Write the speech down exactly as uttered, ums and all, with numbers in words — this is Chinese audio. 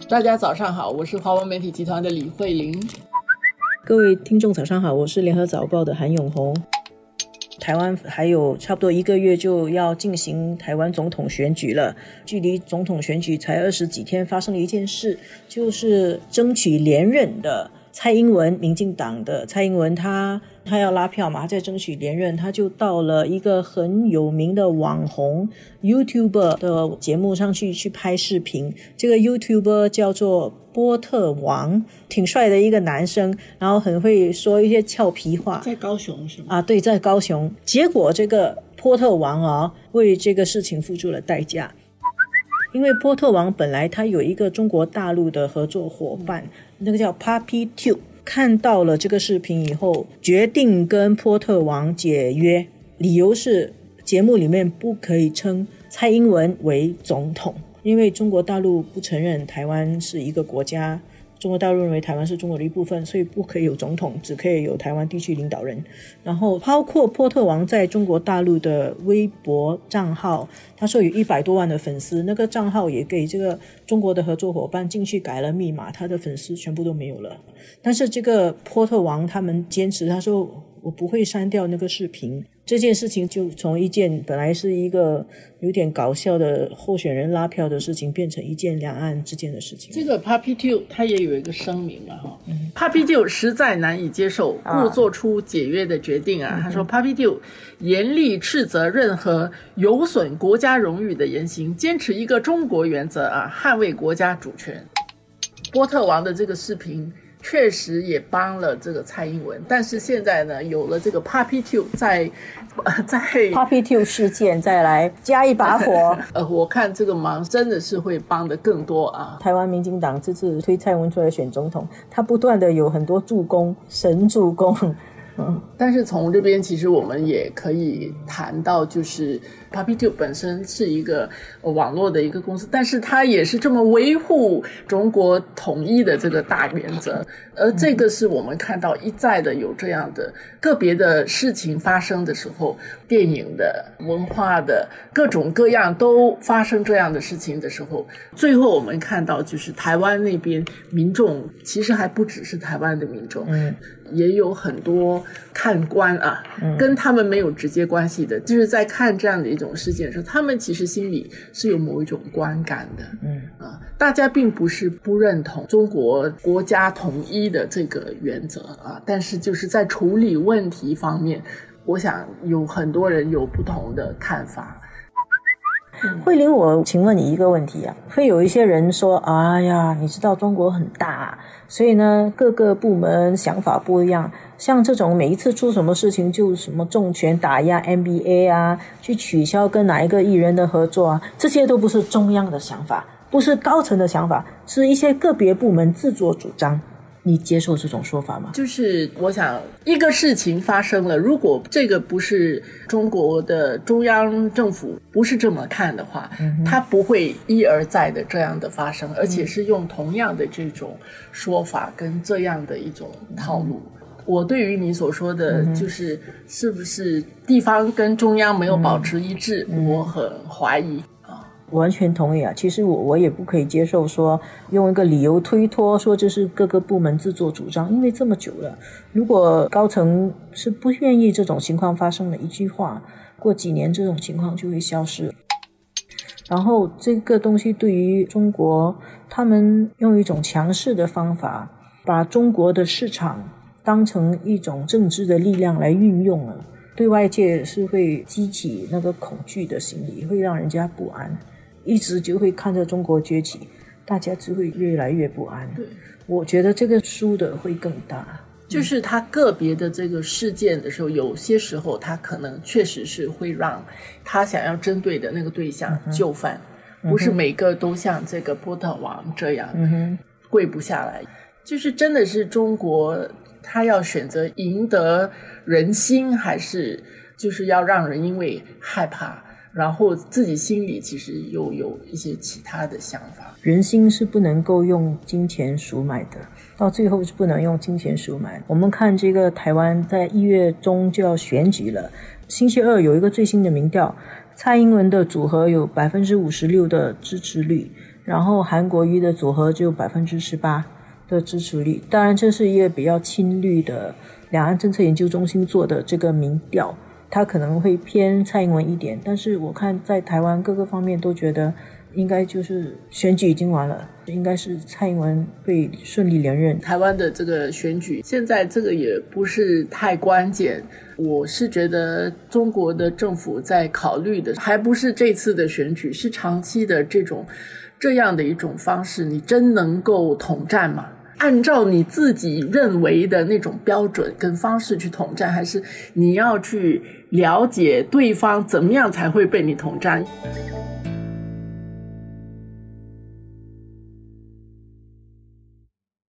大家早上好，我是华文媒体集团的李慧玲。 各位听众早上好，我是联合早报的韩永红。台湾还有差不多一个月就要进行台湾总统选举了，距离总统选举才二十几天，发生了一件事，就是争取连任的蔡英文，民进党的蔡英文，他他要拉票嘛，他在争取连任，他就到了一个很有名的网红 YouTuber 的节目上去去拍视频。这个 YouTuber 叫做波特王，挺帅的一个男生，然后很会说一些俏皮话。 在高雄是吗？ 啊，对，在高雄。结果这个波特王啊，为这个事情付出了代价。因为波特王本来他有一个中国大陆的合作伙伴，那个叫 PuppyTube， 看到了这个视频以后，决定跟波特王解约，理由是节目里面不可以称蔡英文为总统，因为中国大陆不承认台湾是一个国家，中国大陆认为台湾是中国的一部分，所以不可以有总统，只可以有台湾地区领导人。然后包括波特王在中国大陆的微博账号，他说有一百多万的粉丝，那个账号也给这个中国的合作伙伴进去改了密码，他的粉丝全部都没有了。但是这个波特王他们坚持，他说我不会删掉那个视频。这件事情就从一件本来是一个有点搞笑的候选人拉票的事情，变成一件两岸之间的事情。 这个 PuppyTube 他也有一个声明了哈、嗯、，PuppyTube 实在难以接受，故做出解约的决定啊。啊他说 PuppyTube 严厉斥责任何有损国家荣誉的言行，坚持一个中国原则啊，捍卫国家主权。波特王的这个视频确实也帮了这个蔡英文，但是现在呢，有了这个 PuppyTube 在在 PuppyTube 事件再来加一把火呃，我看这个忙真的是会帮的更多啊。 台湾民进党这次推蔡英文出来选总统，他不断的有很多助攻，神助攻。 嗯，但是从这边其实我们也可以谈到，就是 PuppyTube 本身是一个网络的一个公司，但是它也是这么维护中国统一的这个大原则，而这个是我们看到一再的有这样的个别的事情发生的时候，电影的、文化的各种各样都发生这样的事情的时候，最后我们看到就是台湾那边民众，其实还不只是台湾的民众，嗯，也有很多看官啊，跟他们没有直接关系的，就是在看这样的一种事件的时候，他们其实心里是有某一种观感的。嗯啊，大家并不是不认同中国国家统一的这个原则啊，但是就是在处理问题方面，我想有很多人有不同的看法。 慧玲，我请问你一个问题啊，会有一些人说，哎呀，你知道中国很大，所以呢各个部门想法不一样，像这种每一次出什么事情就什么重拳打压 N B A 啊，去取消跟哪一个艺人的合作啊，这些都不是中央的想法，不是高层的想法，是一些个别部门自作主张。你接受这种说法吗？ 就是我想一个事情发生了，如果这个不是中国的中央政府不是这么看的话，嗯、它不会一而再的这样的发生，而且是用同样的这种说法跟这样的一种套路。嗯、我对于你所说的就是是不是地方跟中央没有保持一致，嗯、我很怀疑。 完全同意啊！其实我我也不可以接受说用一个理由推脱说这是各个部门自作主张，因为这么久了，如果高层是不愿意这种情况发生的一句话，过几年这种情况就会消失。然后这个东西对于中国，他们用一种强势的方法，把中国的市场当成一种政治的力量来运用了，对外界是会激起那个恐惧的心理，会让人家不安。一直就会看着中国崛起，大家只会越来越不安。对，我觉得这个输的会更大。 就是他个别的这个事件的时候，有些时候他可能确实是会让他想要针对的那个对象就范，嗯、不是每个都像这个波特王这样、嗯、跪不下来。就是真的是中国他要选择赢得人心，还是就是要让人因为害怕然后自己心里其实又有一些其他的想法。 人心是不能够用金钱赎买的，到最后是不能用金钱赎买。我们看这个台湾在一月中就要选举了，星期二有一个最新的民调， 蔡英文的组合有百分之五十六的支持率，然后韩国瑜的组合就百分之十八的支持率。当然这是一个比较亲绿的两岸政策研究中心做的这个民调，它可能会偏蔡英文一点，但是我看在台湾各个方面都觉得应该就是选举已经完了，应该是蔡英文会顺利连任。 台湾的这个选举现在这个也不是太关键，我是觉得中国的政府在考虑的还不是这次的选举，是长期的这种这样的一种方式，你真能够统战吗？按照你自己认为的那种标准跟方式去统战，还是你要去了解对方怎么样才会被你统战？